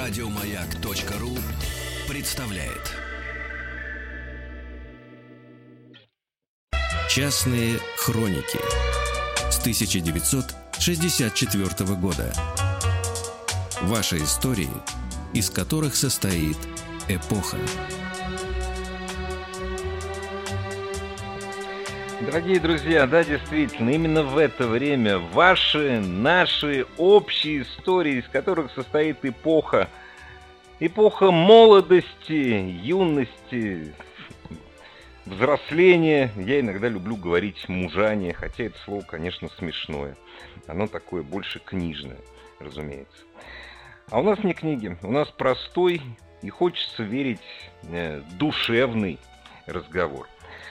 Радиомаяк.ру представляет. Частные хроники с 1964 года. Ваши истории, из которых состоит эпоха. Дорогие друзья, да, действительно, именно в это время ваши, наши общие истории, из которых состоит эпоха. Эпоха молодости, юности, взросления. Я иногда люблю говорить мужание, хотя это слово, конечно, смешное. Оно такое больше книжное, разумеется. А у нас не книги, у нас простой и, хочется верить, душевный разговор.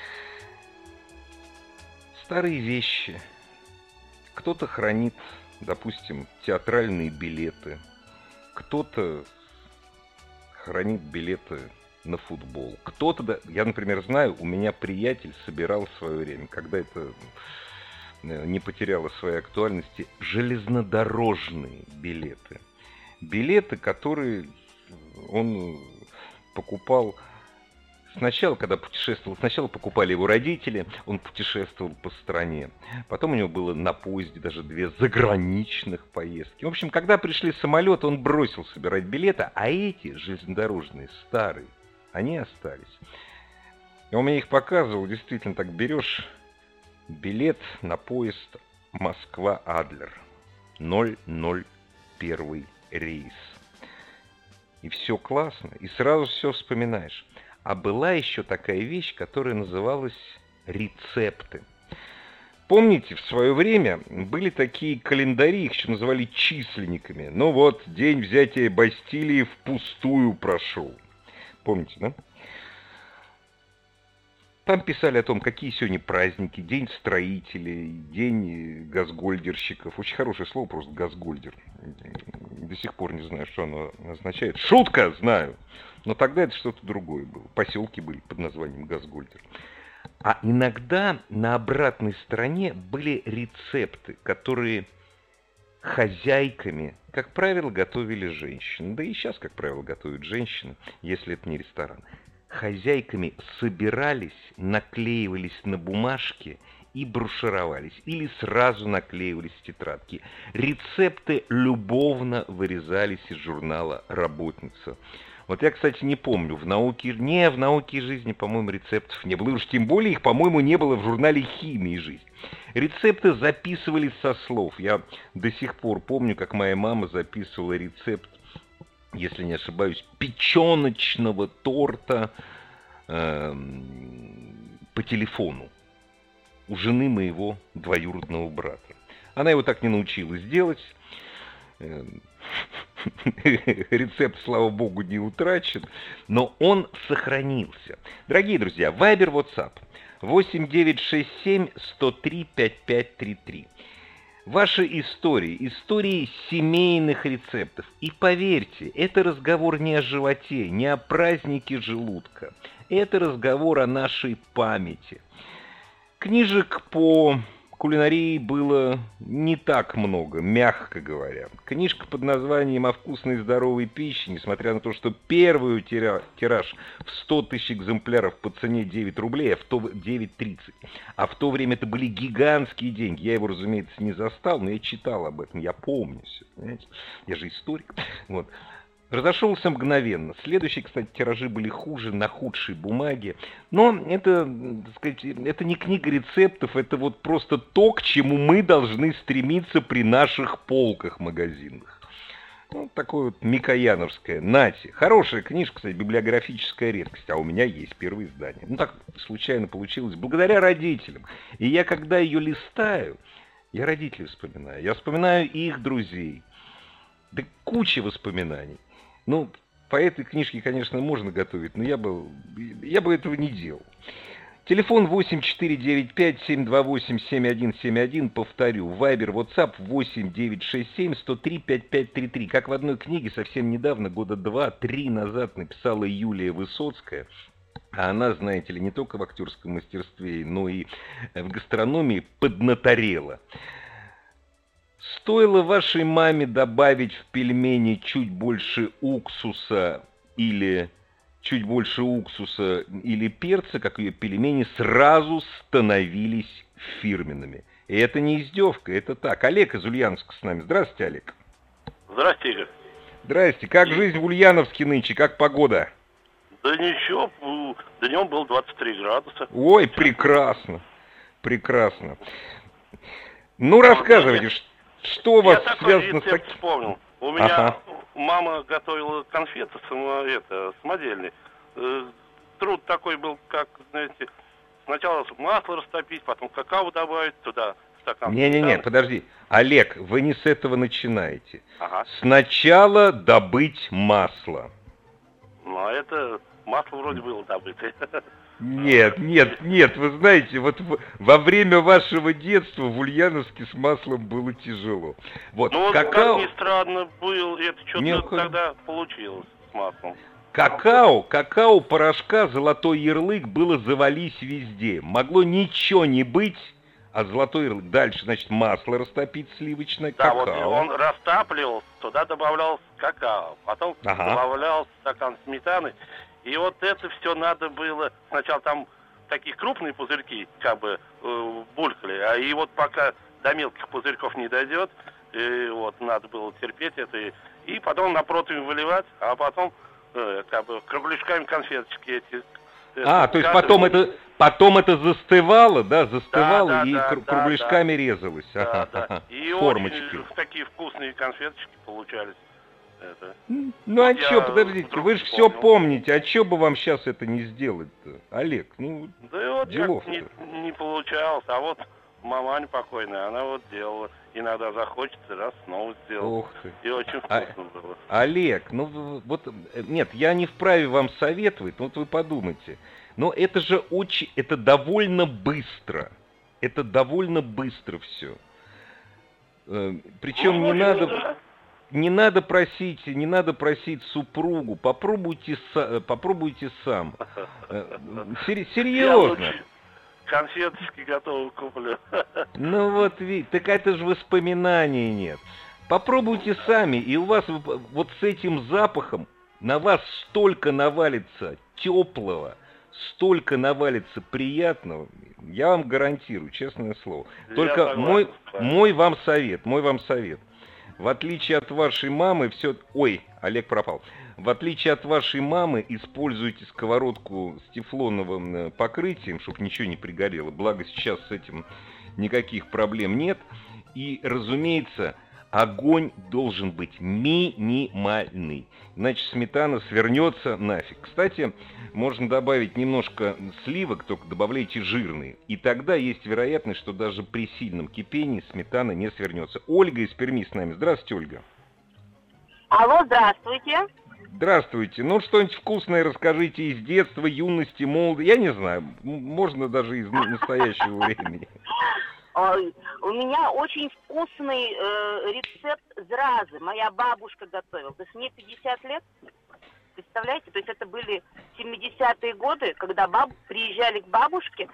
Старые вещи. Кто-то хранит, допустим, театральные билеты. Кто-то хранит билеты на футбол. Кто-то, я, например, знаю, у меня приятель собирал в свое время, когда это не потеряло своей актуальности, железнодорожные билеты. Билеты, которые он покупал сначала, когда путешествовал. Сначала покупали его родители, он путешествовал по стране. Потом у него было на поезде даже 2 заграничных поездки. В общем, когда пришли самолеты, он бросил собирать билеты, а эти железнодорожные, старые, они остались. И он мне их показывал, действительно, так берешь билет на поезд Москва-Адлер, 001 рейс. И все классно, и сразу все вспоминаешь. А была еще такая вещь, которая называлась рецепты. Помните, в свое время были такие календари, их еще называли численниками. Ну вот, день взятия Бастилии впустую прошел. Помните, да? Там писали о том, какие сегодня праздники, день строителей, день газгольдерщиков. Очень хорошее слово просто газгольдер. До сих пор не знаю, что оно означает. Шутка, знаю. Но тогда это что-то другое было. Поселки были под названием Газгольдер. А иногда на обратной стороне были рецепты, которые хозяйками, как правило, готовили женщины. Да и сейчас, как правило, готовят женщины, если это не ресторан. Хозяйками собирались, наклеивались на бумажке и брошюровались. Или сразу наклеивались в тетрадки. Рецепты любовно вырезались из журнала «Работница». Вот я, кстати, не помню, в науке и жизни, по-моему, рецептов не было. И уж тем более их, по-моему, не было в журнале «Химия и жизнь». Рецепты записывались со слов. Я до сих пор помню, как моя мама записывала рецепт, если не ошибаюсь, печеночного торта по телефону у жены моего двоюродного брата. Она его так не научилась делать. Рецепт, слава богу, не утрачен, но он сохранился. Дорогие друзья, Вайбер, WhatsApp 8967-103-5533. Ваши истории семейных рецептов. И поверьте, это разговор не о животе, не о празднике желудка. Это разговор о нашей памяти. Книжек по кулинарии было не так много, мягко говоря. Книжка под названием «О вкусной и здоровой пище», несмотря на то, что первый тираж в 100 тысяч экземпляров по цене 9 рублей, 9,30. А в то время это были гигантские деньги. Я его, разумеется, не застал, но я читал об этом, я помню все, понимаете? Я же историк. Вот. Разошелся мгновенно. Следующие, кстати, тиражи были хуже, на худшей бумаге. Но это, так сказать, это не книга рецептов, это вот просто то, к чему мы должны стремиться при наших полках магазинных. Ну, такое вот микояновское. Нате. Хорошая книжка, кстати, библиографическая редкость. А у меня есть первое издание. Ну, так случайно получилось. Благодаря родителям. И я, когда ее листаю, я родителей вспоминаю. Я вспоминаю их друзей. Да куча воспоминаний. Ну, по этой книжке, конечно, можно готовить, но я бы этого не делал. Телефон 8495-728-7171, повторю. Вайбер, WhatsApp 8967-103-5533. Как в одной книге совсем недавно, года 2-3 назад, написала Юлия Высоцкая. А она, знаете ли, не только в актерском мастерстве, но и в гастрономии поднаторела. стоило вашей маме добавить в пельмени чуть больше уксуса или перца, как ее пельмени сразу становились фирменными. И это не издевка, это так. Олег из Ульяновска с нами. Здравствуйте, Олег. Здравствуйте, Игорь. Здрасте. Как жизнь в Ульяновске нынче? Как погода? Да ничего, днем было 23 градуса. Ой, прекрасно. Прекрасно. Ну, рассказывайте, что у вас связано с таким... вспомнил. У меня мама готовила конфеты самодельные. Труд такой был, как, знаете, сначала масло растопить, потом какао добавить, туда стакан. Не-не-не, подожди. Олег, вы не с этого начинаете. Ага. Сначала добыть масло. Ну, а это масло вроде было добытое. Нет, вы знаете, вот во время вашего детства в Ульяновске с маслом было тяжело. Вот, ну, какао... как ни странно, это что-то тогда получилось с маслом. Какао, порошка, золотой ярлык было завались везде. Могло ничего не быть, а золотой ярлык. Дальше, значит, масло растопить сливочное, да, какао. Да, вот он растапливал, туда добавлял какао, потом добавлял стакан сметаны. И вот это все надо было, сначала там такие крупные пузырьки, как бы, булькали, и вот пока до мелких пузырьков не дойдет, и вот надо было терпеть это, и потом на противень выливать, а потом, как бы, кругляшками конфеточки эти. То есть потом это застывало, да, кругляшками резалось. И формочки. очень такие вкусные конфеточки получались. Ну вот а что, подождите, вы же все помните, а что бы вам сейчас это не сделать-то, Олег? Ну, да и вот делов-то. Не получалось, а вот маманя покойная, она вот делала. Иногда захочется, раз, снова сделала. Ух ты. И очень вкусно было. Олег, ну вот, нет, я не вправе вам советовать, но вот вы подумайте. Но это же это довольно быстро. Это довольно быстро все. Причем не надо просить супругу, попробуйте сам. Серьезно. Конфеточки готовы куплю. Ну вот видите, так это же воспоминаний нет. Попробуйте сами, и у вас вот с этим запахом на вас столько навалится теплого, столько навалится приятного, я вам гарантирую, честное слово. Только мой вам совет. В отличие от вашей мамы, Олег пропал. В отличие от вашей мамы, используйте сковородку с тефлоновым покрытием, чтобы ничего не пригорело. Благо сейчас с этим никаких проблем нет. И, разумеется, огонь должен быть минимальный. Иначе сметана свернется нафиг. Кстати, можно добавить немножко сливок, только добавляйте жирные. И тогда есть вероятность, что даже при сильном кипении сметана не свернется. Ольга из Перми с нами. Здравствуйте, Ольга. Алло, здравствуйте. Здравствуйте. Ну, что-нибудь вкусное расскажите из детства, юности, молодости. Я не знаю, можно даже из настоящего времени. У меня очень вкусный рецепт зразы. Моя бабушка готовила. То есть мне 50 лет, представляете? То есть это были 70-е годы, когда приезжали к бабушке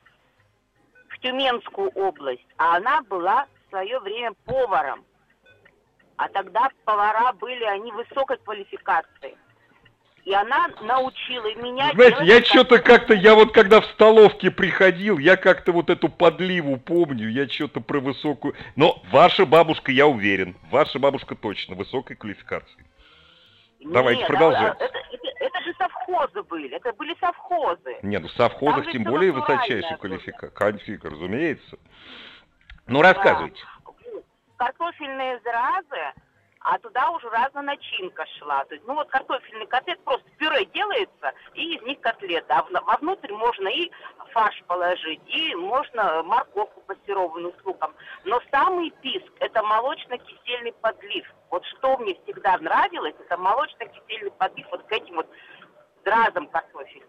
в Тюменскую область, а она была в свое время поваром. А тогда повара были, они высокой квалификации. И она научила меня... Знаете, я вот когда в столовке приходил, я как-то вот эту подливу помню, я что-то про высокую... Но ваша бабушка, я уверен, ваша бабушка точно высокой квалификации. Давайте продолжать. Это же совхозы были, это были совхозы. Нет, в совхозах тем более высочайшая квалификация, разумеется. Ну, рассказывайте. Картофельные зразы, а туда уже разная начинка шла. То есть, ну вот картофельный котлет, просто пюре делается, и из них котлета. А вовнутрь можно и фарш положить, и можно морковку пассерованную с луком. Но самый писк – это молочно-кисельный подлив. Вот что мне всегда нравилось, это молочно-кисельный подлив вот к этим вот зразам картофельным.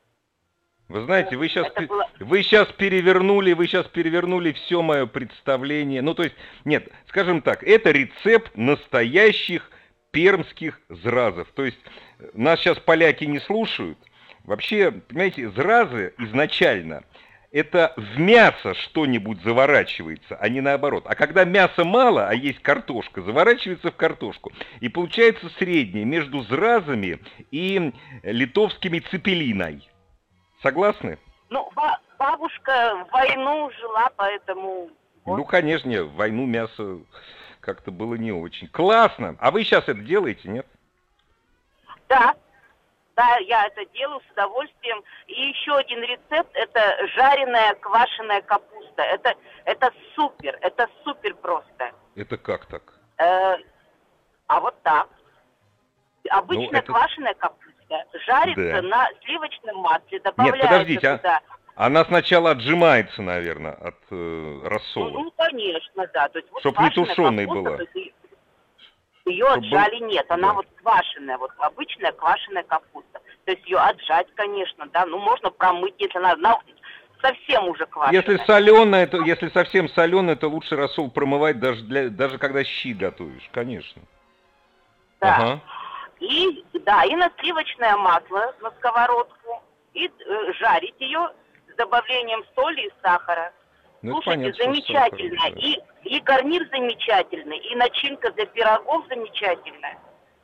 Вы знаете, вы сейчас перевернули все мое представление. Ну, то есть, нет, скажем так, это рецепт настоящих пермских зразов. То есть, нас сейчас поляки не слушают. Вообще, понимаете, зразы изначально, это в мясо что-нибудь заворачивается, а не наоборот. А когда мяса мало, а есть картошка, заворачивается в картошку. И получается среднее между зразами и литовскими цепелиной. Согласны? Ну, бабушка в войну жила, поэтому... Ну, конечно, в войну мясо как-то было не очень. Классно! А вы сейчас это делаете, нет? Да. Да, я это делаю с удовольствием. И еще один рецепт – это жареная квашеная капуста. Это супер просто. Это как так? А вот так. Обычная квашеная капуста жарится на сливочном масле, добавляется подождите, туда. Она сначала отжимается, наверное, от рассола. Ну, конечно, да. То есть, вот чтобы не тушеной была. Ее отжали нет, она вот квашеная, вот обычная квашеная капуста. То есть ее отжать, конечно, да, ну можно промыть, если она совсем уже квашеная. Если совсем соленая, то лучше рассол промывать даже когда щи готовишь, конечно. Да. Ага. И на сливочное масло на сковородку и жарить ее с добавлением соли и сахара. Ну, слушайте, замечательно. Сахар, да. И гарнир замечательный, и начинка для пирогов замечательная.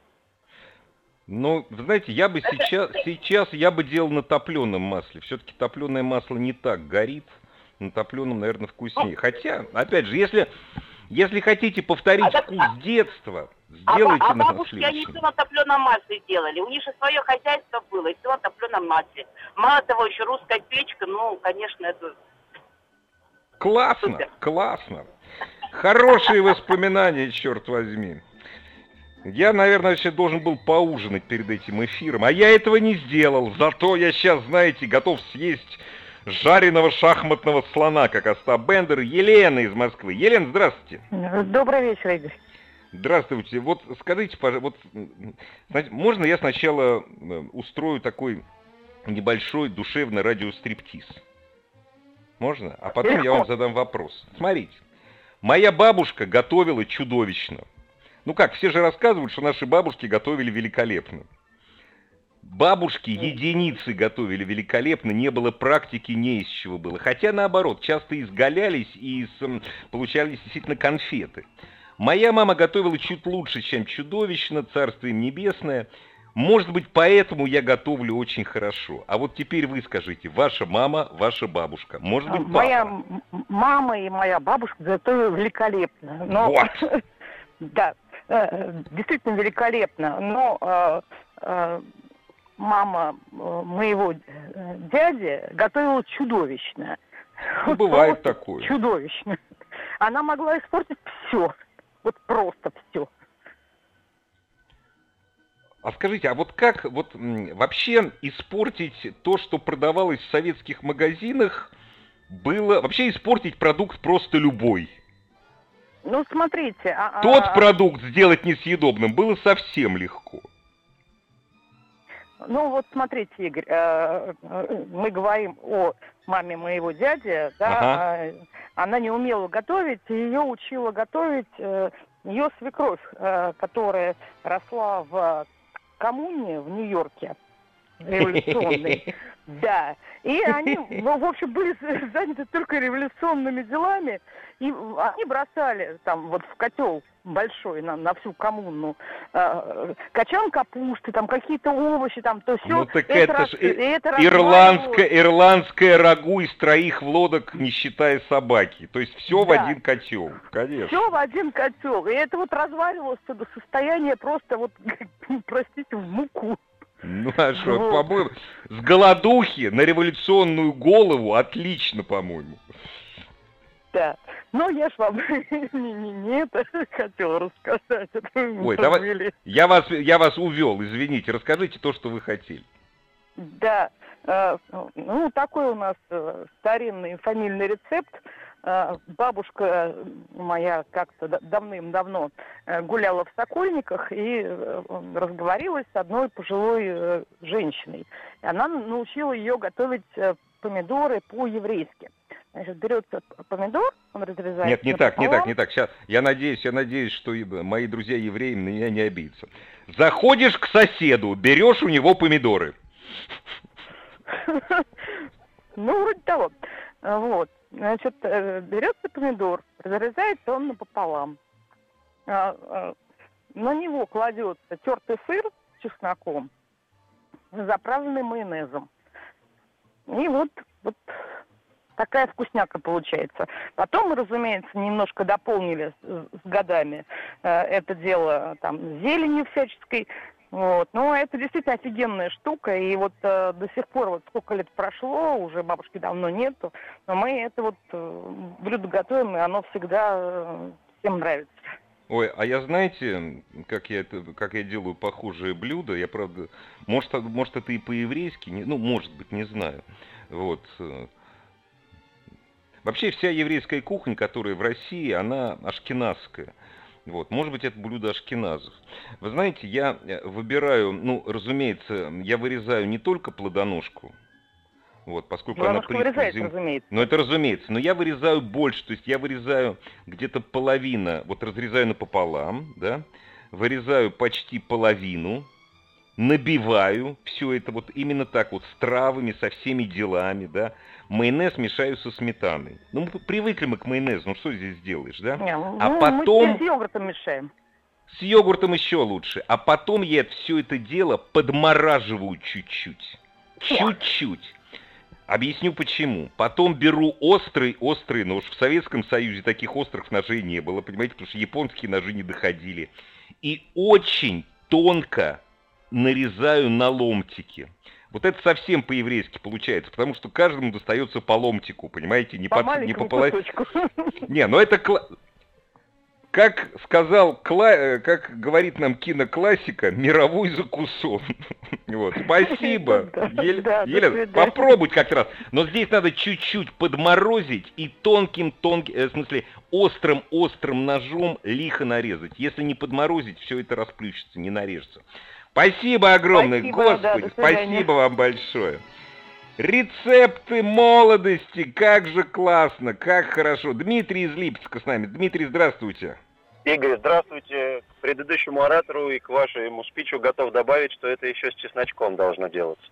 Ну, вы знаете, я бы сейчас я бы делал на топленом масле. Все-таки топленое масло не так горит. На топленом, наверное, вкуснее. Хотя, опять же, если хотите повторить вкус детства, сделайте на бабушки, они все на топленом масле делали. У них же свое хозяйство было, и все на топленом масле. Мало того, еще русская печка, ну, конечно, это... Классно, супер. Классно. Хорошие воспоминания, черт возьми. Я, наверное, вообще должен был поужинать перед этим эфиром, а я этого не сделал. Зато я сейчас, знаете, готов съесть жареного шахматного слона, как Остап Бендер. Елена из Москвы. Елена, здравствуйте. Добрый вечер, Игорь. Здравствуйте. Вот скажите, пожалуйста, можно я сначала устрою такой небольшой душевный радиостриптиз? Можно? А потом я вам задам вопрос. Смотрите, моя бабушка готовила чудовищно. Ну как, все же рассказывают, что наши бабушки готовили великолепно. Бабушки единицы готовили великолепно, не было практики, не из чего было. Хотя наоборот, часто изгалялись и получались действительно конфеты. Моя мама готовила чуть лучше, чем чудовищно, царство им небесное. Может быть, поэтому я готовлю очень хорошо. А вот теперь вы скажите, ваша мама, ваша бабушка, может быть, папа? Моя мама и моя бабушка готовили великолепно. Но... Вот! Да, действительно великолепно. Но мама моего дяди готовила чудовищно. Ну, бывает такое. Чудовищно. Она могла испортить все. Вот просто все. А скажите, а вот как вообще испортить то, что продавалось в советских магазинах, было... Вообще испортить продукт просто любой? Ну, смотрите... Тот продукт сделать несъедобным было совсем легко. Ну, вот смотрите, Игорь, мы говорим о маме моего дяди, да, ага. Она не умела готовить, ее учила готовить ее свекровь, которая росла в коммуне в Нью-Йорке, революционной, да, и они, в общем, были заняты только революционными делами, и они бросали там вот в котел большой на всю коммуну качан капусты, там какие-то овощи, там то все. Ну так это ж ирландское рагу из 3 лодок, не считая собаки. То есть все, да, в один котел, конечно. Все в один котел. И это вот разваривалось до состояния просто вот, простите, в муку. Ну а что, вот. По-моему, с голодухи на революционную голову отлично, по-моему. Да. Но я ж вам не это хотела рассказать. Ой, давай, я вас увел, извините, расскажите то, что вы хотели. Да, ну такой у нас старинный фамильный рецепт. Бабушка моя как-то давным-давно гуляла в Сокольниках и разговорилась с одной пожилой женщиной. И она научила ее готовить помидоры по-еврейски. Значит, берется помидор, он разрезается. Нет, не так. Сейчас, я надеюсь, что мои друзья-евреи на меня не обидятся. Заходишь к соседу, берешь у него помидоры. Ну, вроде того. Вот. Значит, берется помидор, разрезается он напополам. На него кладется тертый сыр с чесноком, заправленный майонезом. И вот такая вкусняка получается. Потом мы, разумеется, немножко дополнили с годами это дело там зеленью всяческой. Вот. Но это действительно офигенная штука. И вот до сих пор, вот сколько лет прошло, уже бабушки давно нету, но мы это вот блюдо готовим, и оно всегда всем нравится. Ой, а я, знаете, как я делаю похожие блюда, я, правда, может это и по-еврейски, может быть, не знаю. Вот. Вообще вся еврейская кухня, которая в России, она ашкеназская. Вот. Может быть, это блюдо ашкеназов. Вы знаете, я выбираю, разумеется, я вырезаю не только плодоножку, вот, поскольку она разумеется. Но это разумеется. Но я вырезаю больше, то есть я вырезаю где-то половину, вот разрезаю напополам, да, вырезаю почти половину, набиваю все это вот именно так вот с травами, со всеми делами, да. Майонез мешаю со сметаной. Мы привыкли мы к майонезу, что здесь сделаешь, да? Потом мы с йогуртом мешаем. С йогуртом еще лучше. А потом я все это дело подмораживаю чуть-чуть. Чуть-чуть. Объясню почему. Потом беру острый нож. В Советском Союзе таких острых ножей не было, понимаете, потому что японские ножи не доходили. И очень тонко нарезаю на ломтики. Вот это совсем по-еврейски получается, потому что каждому достается по ломтику, понимаете, не по половине. Не, это как говорит нам киноклассика, мировой закусон. Вот, спасибо. Елена, попробуй как раз. Но здесь надо чуть-чуть подморозить и острым ножом лихо нарезать. Если не подморозить, все это расплющится, не нарежется. Спасибо огромное, Господи, спасибо вам большое. Рецепты молодости, как же классно, как хорошо. Дмитрий из Липецка с нами. Дмитрий, здравствуйте. Игорь, здравствуйте. К предыдущему оратору и к вашему спичу готов добавить, что это еще с чесночком должно делаться.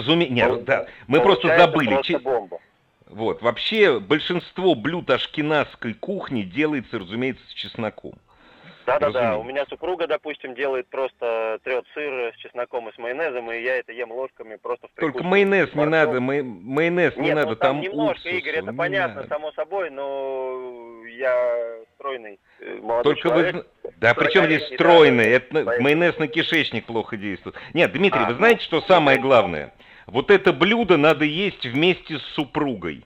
Мы просто забыли. Просто бомба. Вот, вообще большинство блюд ашкеназской кухни делается, разумеется, с чесноком. Да. У меня супруга, допустим, делает просто трет сыр с чесноком и с майонезом, и я это ем ложками просто в прикуску. Только майонез не надо, майонез не надо, там немножко, уксусу, Игорь, это понятно, само собой, но я стройный молодой человек. Да, причем здесь стройный, это майонез на кишечник плохо действует. Нет, Дмитрий, вы знаете, что самое главное? Вот это блюдо надо есть вместе с супругой.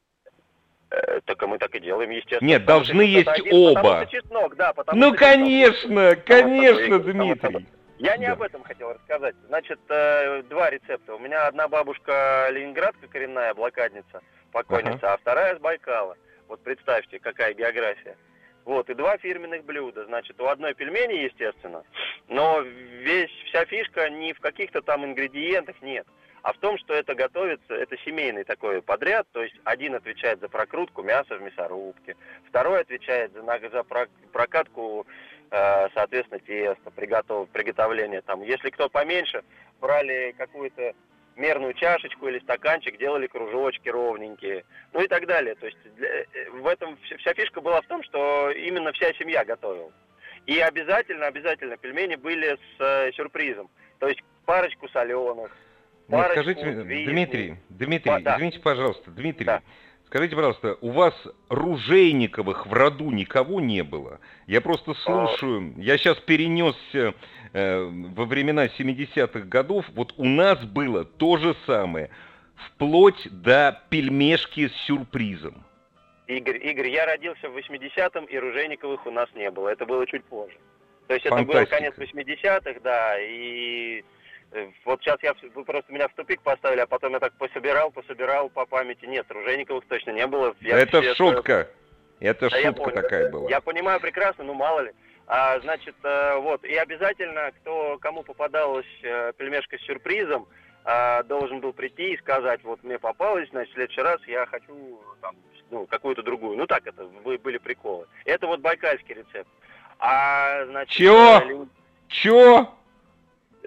Так мы так и делаем, естественно. Нет, должны есть оба. Чеснок, да, конечно, Дмитрий. Я не об этом хотел рассказать. Значит, два рецепта. У меня одна бабушка ленинградка коренная, блокадница, покойница, а вторая с Байкала. Вот представьте, какая география. Вот, и два фирменных блюда. Значит, у одной пельмени, естественно, но вся фишка не в каких-то там ингредиентах, нет. А в том, что это готовится, это семейный такой подряд, то есть один отвечает за прокрутку мяса в мясорубке, второй отвечает за прокатку, соответственно, теста, приготовление. Там, если кто поменьше, брали какую-то мерную чашечку или стаканчик, делали кружочки ровненькие, ну и так далее. То есть в этом вся фишка была в том, что именно вся семья готовила. И обязательно пельмени были с сюрпризом, то есть парочку соленых. Скажите, Дмитрий, извините, пожалуйста, скажите, пожалуйста, у вас Ружейниковых в роду никого не было? Я просто слушаю, я сейчас перенесся во времена 70-х годов, вот у нас было то же самое, вплоть до пельмешки с сюрпризом. Игорь, я родился в 80-м, и Ружейниковых у нас не было, это было чуть позже. То есть это был конец 80-х, да, и... Вот сейчас вы просто меня в тупик поставили, а потом я так пособирал по памяти. Нет, Ружейниковых точно не было. Это шутка. Это шутка такая была. Я понимаю прекрасно, ну мало ли. Значит, вот, и обязательно, кому попадалась пельмешка с сюрпризом, должен был прийти и сказать, вот мне попалось, значит, в следующий раз я хочу там, какую-то другую. Ну так это были приколы. Это вот байкальский рецепт. Значит, Чё?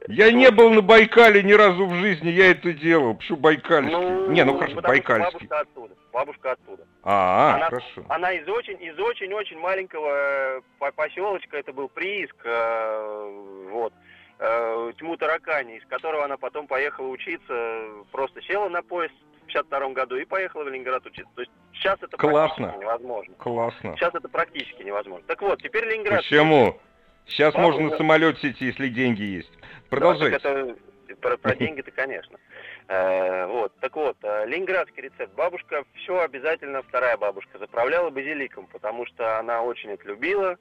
Я не был на Байкале ни разу в жизни, я это делал. Почему байкальский? Ну хорошо, байкальский. Бабушка оттуда. Хорошо. Она из очень маленького поселочка, это был прииск, Тьму-Таракани, из которого она потом поехала учиться, просто села на поезд в 1952 году и поехала в Ленинград учиться. То есть сейчас это практически невозможно. Классно. Сейчас это практически невозможно. Так вот, теперь Ленинград... Почему? Сейчас можно на самолет сети, если деньги есть. Продолжайте. Да, про деньги-то, конечно. Так вот, ленинградский рецепт. Бабушка все обязательно, вторая бабушка, заправляла базиликом, потому что она очень это любила.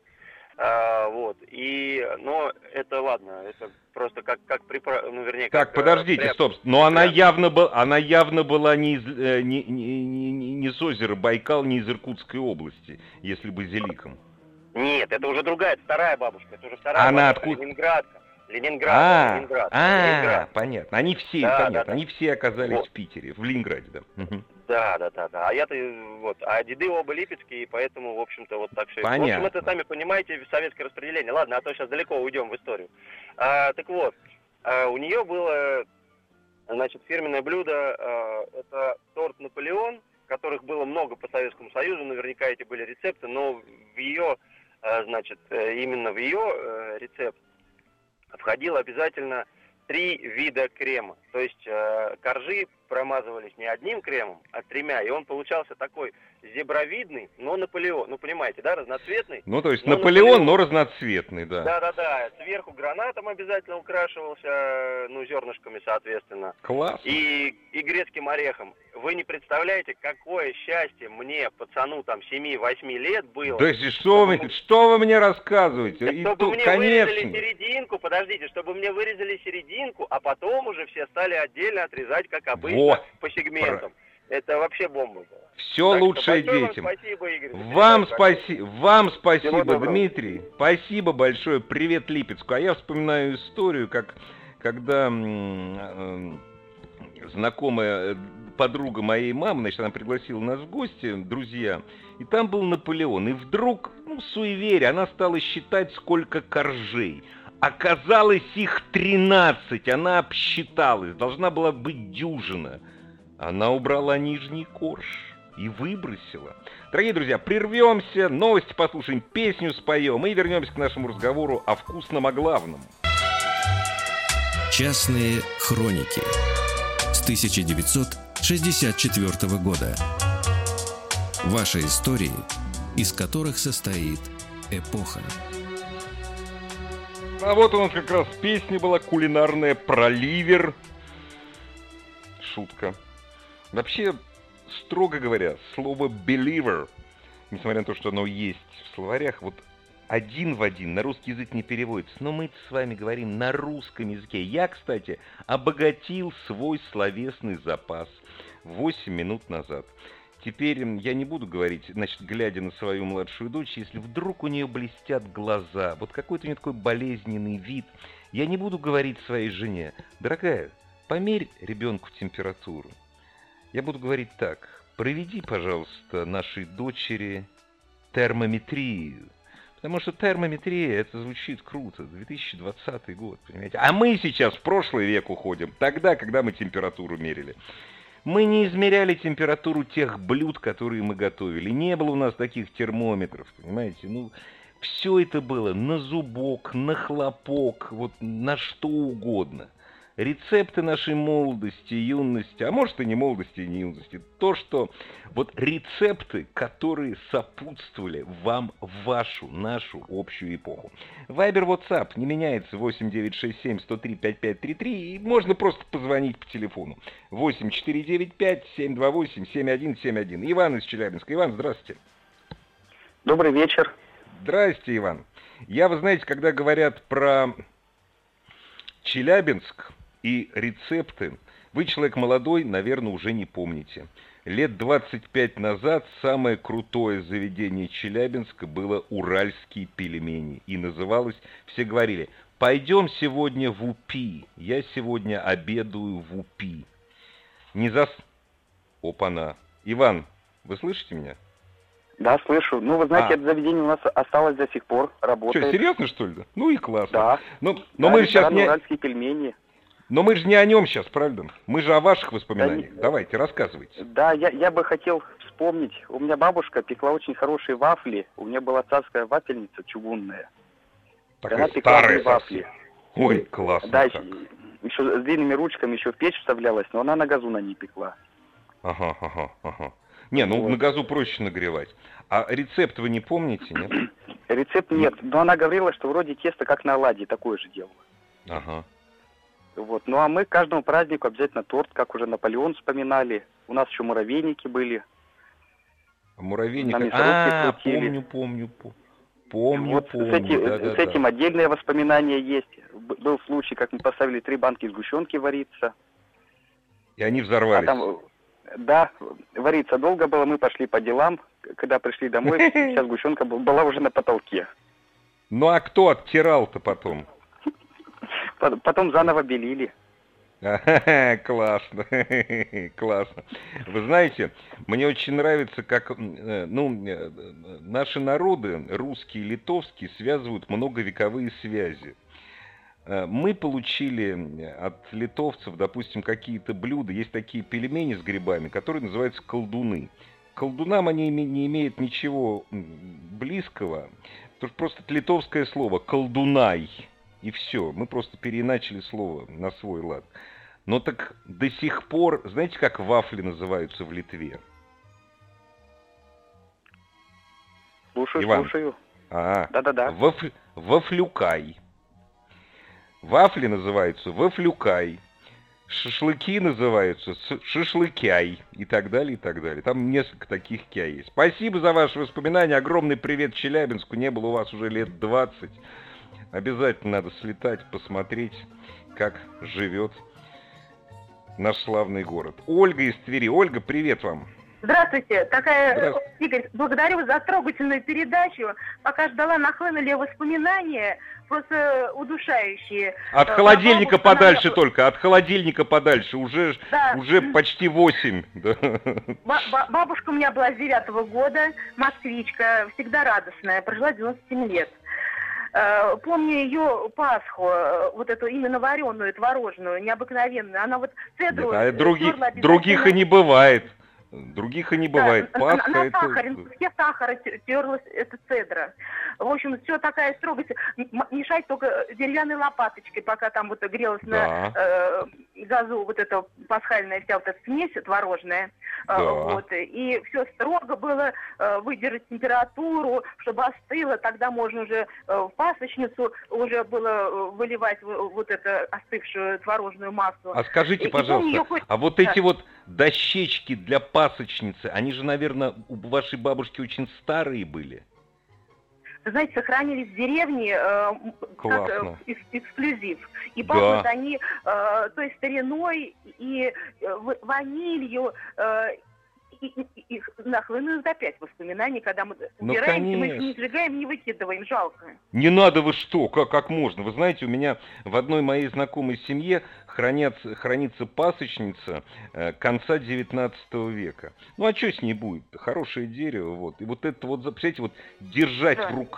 Но это ладно, это просто как вернее... Так, подождите, стоп. Но она явно была не из озера Байкал, не из Иркутской области, если базиликом. Нет, это уже другая, это вторая бабушка. Это уже вторая она бабушка, откуда? Ленинград. Понятно. Они все, они все оказались в Питере, в Ленинграде, да. Да. А я-то а деды оба липецкие, и поэтому, в общем-то, вот так все. Понятно. В общем, это, сами понимаете, советское распределение. Ладно, а то сейчас далеко уйдем в историю. Так вот, у нее было, фирменное блюдо, это торт Наполеон, которых было много по Советскому Союзу, наверняка эти были рецепты, но в ее, именно в ее рецепт входило обязательно 3 вида крема. То есть коржи промазывались не одним кремом, а 3, и он получался такой зебровидный, но Наполеон. Ну, понимаете, да, разноцветный. Ну, то есть Наполеон, но разноцветный, да. Да. Сверху гранатом обязательно украшивался, зернышками, соответственно. Класс. И грецким орехом. Вы не представляете, какое счастье мне, пацану, 7-8 лет было. Да что вы мне рассказываете? Чтобы мне вырезали серединку, чтобы мне вырезали серединку, а потом уже все стали отдельно отрезать, как обычно, по сегментам. Это вообще бомба была. Все лучшее детям. Спасибо, Игорь. Вам спасибо, Дмитрий. Спасибо большое. Привет Липецку. А я вспоминаю историю, когда знакомая подруга моей мамы, она пригласила нас в гости, друзья, и там был Наполеон. И вдруг, суеверие, она стала считать, сколько коржей. Оказалось, их 13, она обсчиталась, должна была быть дюжина. Она убрала нижний корж и выбросила. Дорогие друзья, прервемся, новости послушаем, песню споем и вернемся к нашему разговору о вкусном, о главном. Частные хроники с 1964 года. Ваши истории, из которых состоит эпоха. А вот у нас как раз песня была кулинарная про ливер. Шутка. Вообще, строго говоря, слово believer, несмотря на то, что оно есть в словарях, один в один на русский язык не переводится. Но мы с вами говорим на русском языке. Я, кстати, обогатил свой словесный запас 8 минут назад. Теперь я не буду говорить, глядя на свою младшую дочь, если вдруг у нее блестят глаза, какой-то у нее такой болезненный вид, я не буду говорить своей жене: дорогая, померь ребенку температуру. Я буду говорить так: проведи, пожалуйста, нашей дочери термометрию. Потому что термометрия, это звучит круто. 2020 год, понимаете? А мы сейчас в прошлый век уходим, тогда, когда мы температуру мерили. Мы не измеряли температуру тех блюд, которые мы готовили. Не было у нас таких термометров, понимаете? Все это было на зубок, на хлопок, на что угодно. Рецепты нашей молодости, юности, а может и не молодости, и не юности. То, что рецепты, которые сопутствовали вам в вашу, нашу общую эпоху. Вайбер, WhatsApp не меняется, 8967-103-5533, и можно просто позвонить по телефону. 8495-728-7171. Иван из Челябинска. Иван, здравствуйте. Добрый вечер. Здрасте, Иван. Вы знаете, когда говорят про Челябинск и рецепты, вы человек молодой, наверное, уже не помните. Лет 25 назад самое крутое заведение Челябинска было «Уральские пельмени». И называлось, все говорили: пойдем сегодня в УПИ. Я сегодня обедаю в УПИ. Опа-на. Иван, вы слышите меня? Да, слышу. Ну, вы знаете, это заведение у нас осталось до сих пор, работает. Что, серьезно, что ли? Ну и классно. Да. Но да, мы сейчас не... уральские пельмени. Но мы же не о нем сейчас, правда? Мы же о ваших воспоминаниях. Да, давайте, рассказывайте. Да, я бы хотел вспомнить. У меня бабушка пекла очень хорошие вафли. У меня была царская вафельница чугунная. Такая старая вафли. Ой, классно. Да, еще с длинными ручками еще в печь вставлялась, но она на газу на ней пекла. Ага. Не, ну вот. На газу проще нагревать. А рецепт вы не помните, нет? Рецепт нет, но она говорила, что вроде тесто как на оладьи, такое же делала. Ага. Вот. Ну а мы к каждому празднику обязательно торт, как уже Наполеон вспоминали. У нас еще муравейники были. Муравейники? Помню. Вот с этим отдельное воспоминание есть. Был случай, как мы поставили 3 банки сгущенки вариться. И они взорвались. Да, вариться долго было, мы пошли по делам. Когда пришли домой, вся сгущенка была уже на потолке. Ну а кто оттирал-то потом? Потом заново белили. Классно. Вы знаете, мне очень нравится, как наши народы, русские и литовские, связывают многовековые связи. Мы получили от литовцев, допустим, какие-то блюда, есть такие пельмени с грибами, которые называются колдуны. К колдунам они не имеют ничего близкого, потому что просто это литовское слово «колдунай». И все, мы просто переиначили слово на свой лад. Но так до сих пор, знаете, как вафли называются в Литве? Слушаю. Да-да-да. Вафлюкай. Вафли называются вафлюкай. Шашлыки называются шашлыкяй. И так далее, и так далее. Там несколько таких кяй есть. Спасибо за ваши воспоминания. Огромный привет Челябинску. Не было у вас уже лет 20. Обязательно надо слетать, посмотреть, как живет наш славный город. Ольга из Твери. Ольга, привет вам. Здравствуйте. Игорь, благодарю за трогательную передачу. Пока ждала, нахлынули воспоминания, просто удушающие. От холодильника подальше только, от холодильника подальше. Уже почти 8. Да. Бабушка у меня была с 9-го года, москвичка, всегда радостная, прожила 97 лет. Помню ее Пасху, вот эту именно вареную, творожную, необыкновенную. Она вот цедру... Других и не бывает. Пасха на сахаре, все сахара терлась эта цедра. В общем, все такая строгость. Мешать только деревянной лопаточкой, пока там вот грелась на газу вот эта пасхальная вся вот эта смесь творожная. Вот. И все строго было, выдержать температуру, чтобы остыло. Тогда можно уже в пасочницу уже было выливать вот эту остывшую творожную массу. А скажите, пожалуйста, а вот эти вот дощечки для пасочницы, они же, наверное, у вашей бабушки очень старые были? Вы знаете, сохранились в деревне как эксклюзив. И пахнут они то есть стариной и ванилью. И нахлынулось опять воспоминаний, когда мы убираемся, мы их не сжигаем, не выкидываем, жалко. Не надо, вы что, как можно? Вы знаете, у меня в одной моей знакомой семье хранится пасочница конца 19 века. Ну а что с ней будет? Хорошее дерево, вот. И вот это вот, представляете, вот держать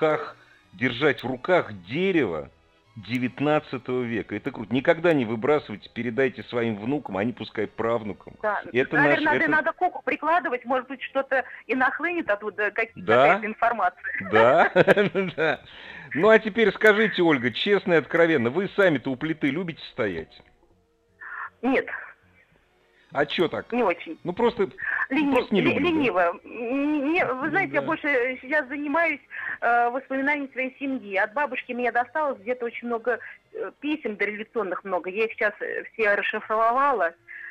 в руках дерево 19 века. Это круто. Никогда не выбрасывайте, передайте своим внукам, они пускай правнукам. Да. Это наверное, надо коку прикладывать, может быть, что-то и нахлынет оттуда, какая-то информация. Да. Ну а теперь скажите, Ольга, честно и откровенно, вы сами-то у плиты любите стоять? Нет. А чё так? Не очень. Ну просто не люблю. Лениво. Вы знаете, я больше сейчас занимаюсь воспоминаниями своей семьи. От бабушки мне досталось где-то очень много писем дореволюционных много. Я их сейчас все расшифровала,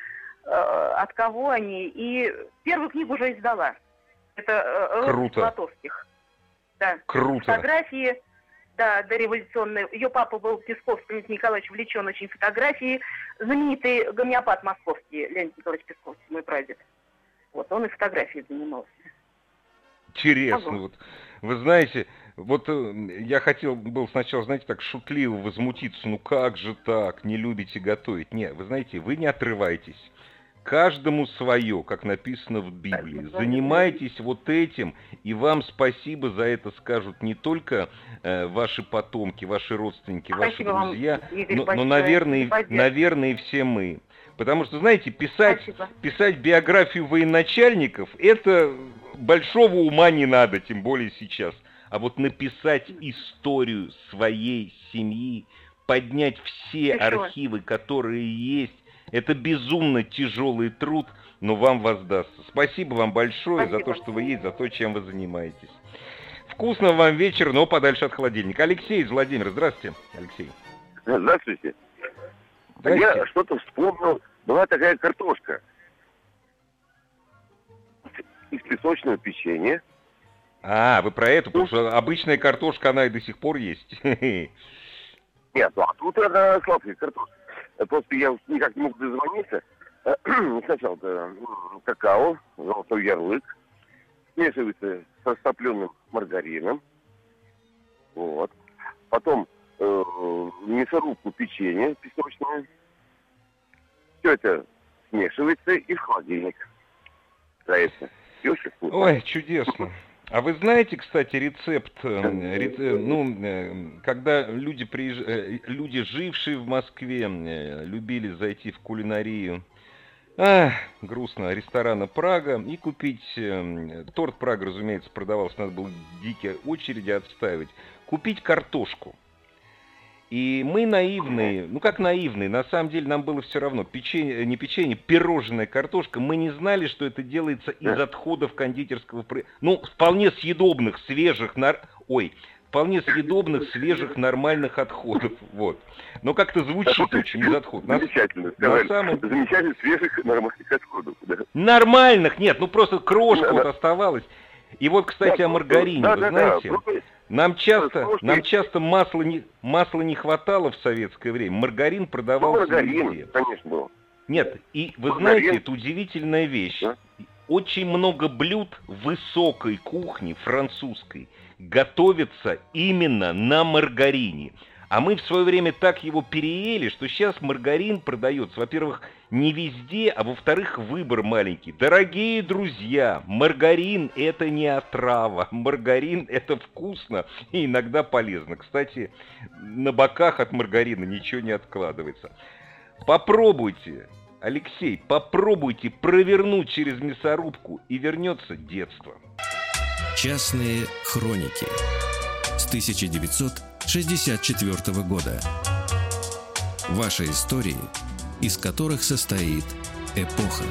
от кого они. И первую книгу уже издала. Это «Круто. Златовских. Да. Круто. Фотографии. Да, дореволюционные. Ее папа был Песков, Леонид Николаевич, увлечен очень фотографией. Знаменитый гомеопат московский, Леонид Николаевич Песков, мой прадед. Вот, он и фотографией занимался. Интересно. Вот. Вы знаете, вот я хотел был сначала, знаете, так шутливо возмутиться. Ну как же так, не любите готовить? Нет, вы знаете, вы не отрывайтесь. Каждому свое, как написано в Библии. Занимайтесь вот этим, и вам спасибо за это скажут не только ваши потомки, ваши родственники, ваши друзья, но наверное, и все мы. Потому что, знаете, писать биографию военачальников, это большого ума не надо, тем более сейчас. А вот написать историю своей семьи, поднять все архивы, которые есть, это безумно тяжелый труд, но вам воздастся. Спасибо вам большое за то, что вы есть, за то, чем вы занимаетесь. Вкусного вам вечера, но подальше от холодильника. Алексей из Владимира. Здравствуйте, Алексей. Здравствуйте. Я что-то вспомнил. Была такая картошка из песочного печенья. А, вы про это, потому что обычная картошка, она и до сих пор есть. Нет, а тут она сладкая картошка. Просто я никак не мог дозвониться. Сначала какао, золотой ярлык, смешивается с растопленным маргарином. Вот. Потом мясорубку печенья песочное. Все это смешивается и в холодильник. Ставится. Ой, чудесно. А вы знаете, кстати, рецепт, когда люди, жившие в Москве, любили зайти в кулинарию, грустно, ресторана «Прага» и купить торт «Прага», разумеется, продавался, надо было дикие очереди отстаивать, купить картошку. И мы наивные, как наивные, на самом деле нам было все равно, пирожная картошка, мы не знали, что это делается из отходов кондитерского производства, вполне съедобных, свежих, нормальных отходов, вот. Но как-то звучит очень из отходов. Замечательно, замечательно свежих нормальных отходов. Да. Нормальных, нет, просто крошка вот оставалась. И вот, кстати, о маргарине, вы знаете... Нам часто масла не хватало в советское время. Маргарин продавался везде. Конечно, был. Нет, и вы знаете, это удивительная вещь. Да? Очень много блюд высокой кухни, французской, готовятся именно на маргарине. А мы в свое время так его переели, что сейчас маргарин продается, во-первых, не везде, а во-вторых, выбор маленький. Дорогие друзья, маргарин – это не отрава, маргарин – это вкусно и иногда полезно. Кстати, на боках от маргарина ничего не откладывается. Попробуйте, Алексей, попробуйте провернуть через мясорубку, и вернется детство. Частные хроники с 1964 года. Ваши истории, из которых состоит эпоха.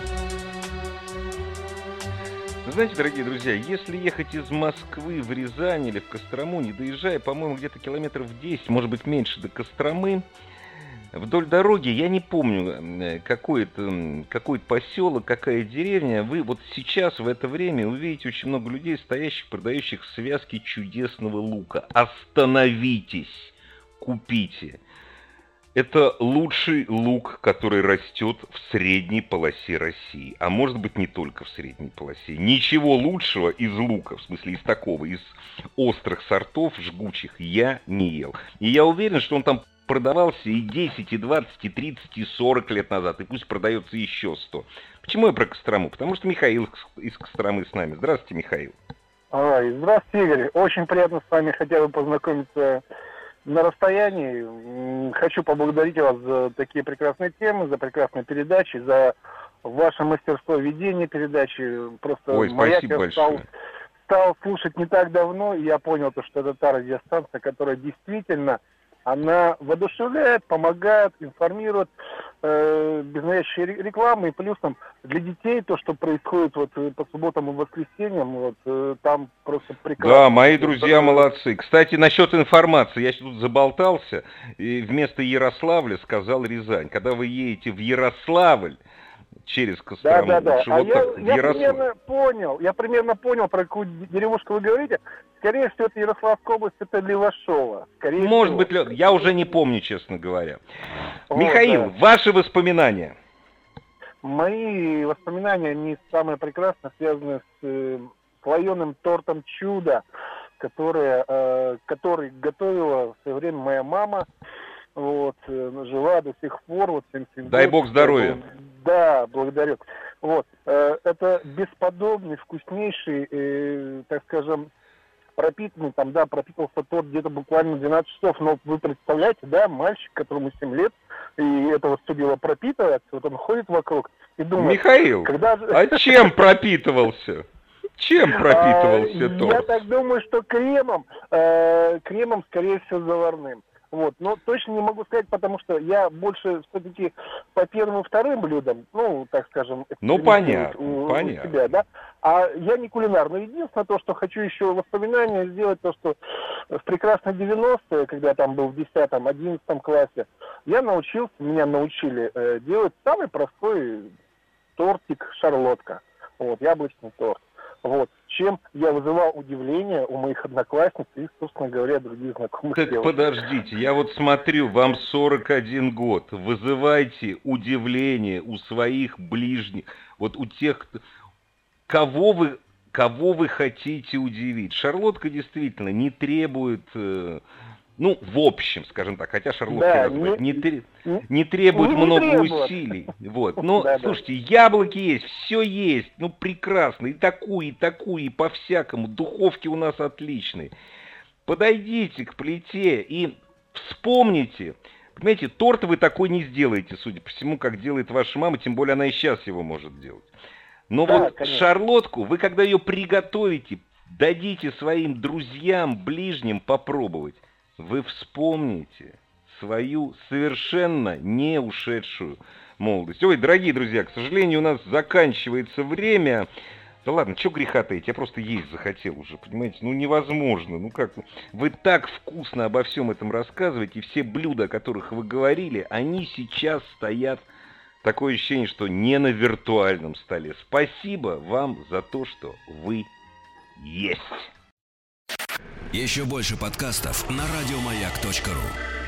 Знаете, дорогие друзья, если ехать из Москвы в Рязань или в Кострому, не доезжая, по-моему, где-то километров 10, может быть, меньше до Костромы, вдоль дороги, я не помню, какой-то поселок, какая деревня, вы вот сейчас, в это время, увидите очень много людей, стоящих, продающих связки чудесного лука. Остановитесь, купите. Это лучший лук, который растет в средней полосе России. А может быть, не только в средней полосе. Ничего лучшего из лука, в смысле из такого, из острых сортов, жгучих, я не ел. И я уверен, что он там продавался и 10, и 20, и 30, и 40 лет назад, и пусть продается еще 100. Почему я про Кострому? Потому что Михаил из Костромы с нами. Здравствуйте, Михаил. Здравствуйте, Игорь. Очень приятно с вами хотя бы познакомиться на расстоянии. Хочу поблагодарить вас за такие прекрасные темы, за прекрасные передачи, за ваше мастерство ведения передачи. Просто спасибо большое. Стал слушать не так давно, и я понял, что это та радиостанция, которая действительно... Она воодушевляет, помогает, информирует, без навязчивой рекламы, и плюсом для детей то, что происходит вот по субботам и воскресеньям, там просто прекрасно. Да, мои друзья молодцы. Кстати, насчет информации, я тут заболтался, и вместо Ярославля сказал Рязань. Когда вы едете в Ярославль, через Кострому. Да. Я примерно понял, про какую деревушку вы говорите. Скорее всего, это Ярославская область, это Левашово. Может быть, я уже не помню, честно говоря. Михаил, ваши воспоминания? Мои воспоминания, они самые прекрасные, связаны с слоеным тортом «Чудо», который готовила в свое время моя мама. Жила до сих пор. Дай бог здоровья. Да, благодарю. Вот. Это бесподобный, вкуснейший, так скажем, пропитанный, там, да, пропитался торт где-то буквально 12 часов, но вы представляете, да, мальчик, которому 7 лет, и это вот все дело пропитывается, вот он ходит вокруг и думает... Михаил, а чем пропитывался? Чем пропитывался торт? Я так думаю, что кремом, скорее всего, заварным. Вот, но точно не могу сказать, потому что я больше все-таки по первым и вторым блюдам, ну, так скажем, понятно. Себя, да. А я не кулинар, но единственное то, что хочу еще воспоминания сделать, то, что в прекрасные 90-е, когда я там был в 10-11 классе, меня научили делать самый простой тортик шарлотка, вот, яблочный торт. Вот, чем я вызывал удивление у моих одноклассниц и, собственно говоря, других знакомых. Так девушек. Подождите, я вот смотрю, вам 41 год, вызывайте удивление у своих ближних, вот у тех, кого вы хотите удивить. Шарлотка действительно не требует... Ну, в общем, скажем так, хотя шарлотка не требует много усилий. Вот. Но, слушайте, яблоки есть, все есть, ну, прекрасно, и такую, и по-всякому. Духовки у нас отличные. Подойдите к плите и вспомните. Понимаете, торт вы такой не сделаете, судя по всему, как делает ваша мама, тем более она и сейчас его может делать. Но да, вот конечно. Шарлотку, вы когда ее приготовите, дадите своим друзьям, ближним попробовать. Вы вспомните свою совершенно не ушедшую молодость. Ой, дорогие друзья, к сожалению, у нас заканчивается время. Да ладно, что греха таить, я просто есть захотел уже, понимаете? Ну невозможно, ну как, вы так вкусно обо всем этом рассказываете, все блюда, о которых вы говорили, они сейчас стоят, такое ощущение, что не на виртуальном столе. Спасибо вам за то, что вы есть. Еще больше подкастов на радиомаяк.ру.